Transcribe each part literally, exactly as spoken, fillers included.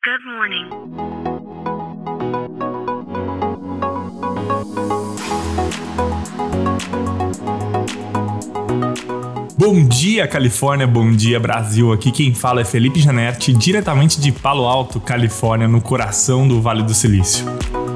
Good morning. Bom dia, Califórnia, bom dia, Brasil. Aqui quem fala é Felipe Janetti, diretamente de Palo Alto, Califórnia, no coração do Vale do Silício.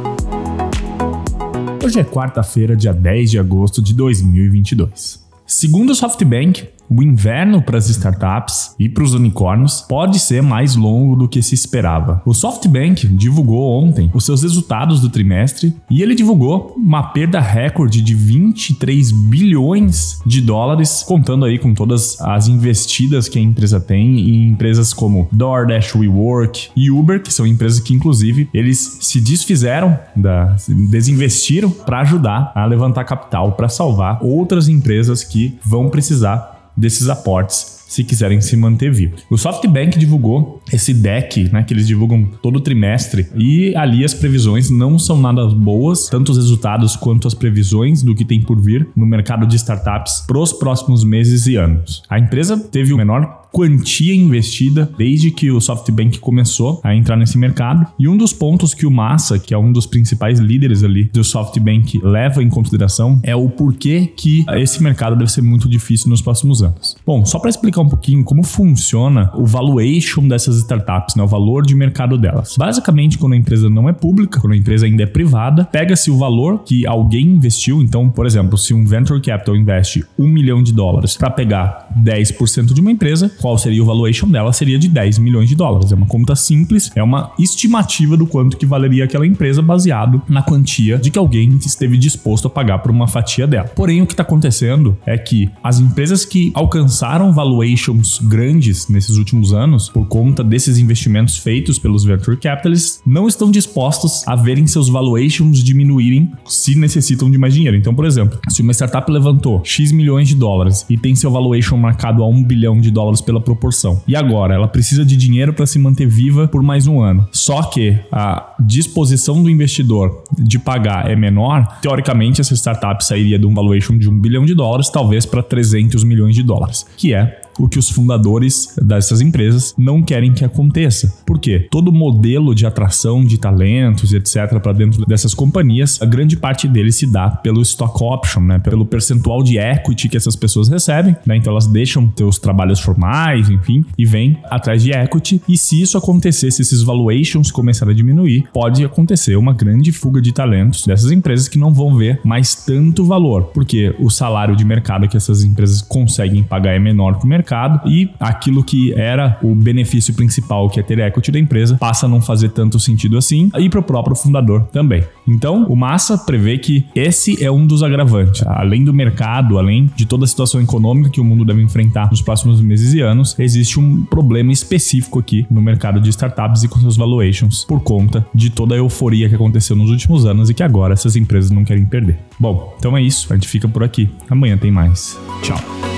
Hoje é quarta-feira, dia dez de agosto de dois mil e vinte e dois. Segundo o SoftBank, o inverno para as startups e para os unicórnios pode ser mais longo do que se esperava. O SoftBank divulgou ontem os seus resultados do trimestre e ele divulgou uma perda recorde de vinte e três bilhões de dólares, contando aí com todas as investidas que a empresa tem em empresas como DoorDash, WeWork e Uber, que são empresas que inclusive eles se desfizeram, da, desinvestiram para ajudar a levantar capital para salvar outras empresas que vão precisar desses aportes se quiserem se manter vivos. O SoftBank divulgou esse deck, né, que eles divulgam todo trimestre, e ali as previsões não são nada boas, tanto os resultados quanto as previsões do que tem por vir no mercado de startups para os próximos meses e anos. A empresa teve o menor quantia investida desde que o SoftBank começou a entrar nesse mercado, e um dos pontos que o Massa, que é um dos principais líderes ali do SoftBank, leva em consideração é o porquê que esse mercado deve ser muito difícil nos próximos anos. Bom, só para explicar um pouquinho como funciona o valuation dessas startups, né, o valor de mercado delas. Basicamente, quando a empresa não é pública, quando a empresa ainda é privada, pega-se o valor que alguém investiu. Então, por exemplo, se um Venture Capital investe um milhão de dólares para pegar dez por cento de uma empresa, qual seria o valuation dela? Seria de dez milhões de dólares. É uma conta simples, é uma estimativa do quanto que valeria aquela empresa baseado na quantia de que alguém esteve disposto a pagar por uma fatia dela. Porém, o que está acontecendo é que as empresas que alcançaram valuations grandes nesses últimos anos, por conta desses investimentos feitos pelos Venture Capitalists, não estão dispostos a verem seus valuations diminuírem se necessitam de mais dinheiro. Então, por exemplo, se uma startup levantou X milhões de dólares e tem seu valuation marcado a um bilhão de dólares pela proporção, e agora ela precisa de dinheiro para se manter viva por mais um ano, só que a disposição do investidor de pagar é menor, teoricamente essa startup sairia de um valuation de um bilhão de dólares talvez para trezentos milhões de dólares, que é o que os fundadores dessas empresas não querem que aconteça. Por quê? Todo modelo de atração de talentos e etcétera para dentro dessas companhias, a grande parte deles se dá pelo stock option, né? Pelo percentual de equity que essas pessoas recebem, né? Então elas deixam seus trabalhos formais, enfim, e vêm atrás de equity. E se isso acontecer, se esses valuations começarem a diminuir, pode acontecer uma grande fuga de talentos dessas empresas que não vão ver mais tanto valor, porque o salário de mercado que essas empresas conseguem pagar é menor que o mercado, e aquilo que era o benefício principal, que é ter equity da empresa, passa a não fazer tanto sentido assim, e para o próprio fundador também. Então, o Massa prevê que esse é um dos agravantes. Além do mercado, além de toda a situação econômica que o mundo deve enfrentar nos próximos meses e anos, existe um problema específico aqui no mercado de startups e com seus valuations, por conta de toda a euforia que aconteceu nos últimos anos e que agora essas empresas não querem perder. Bom, então é isso. A gente fica por aqui. Amanhã tem mais. Tchau.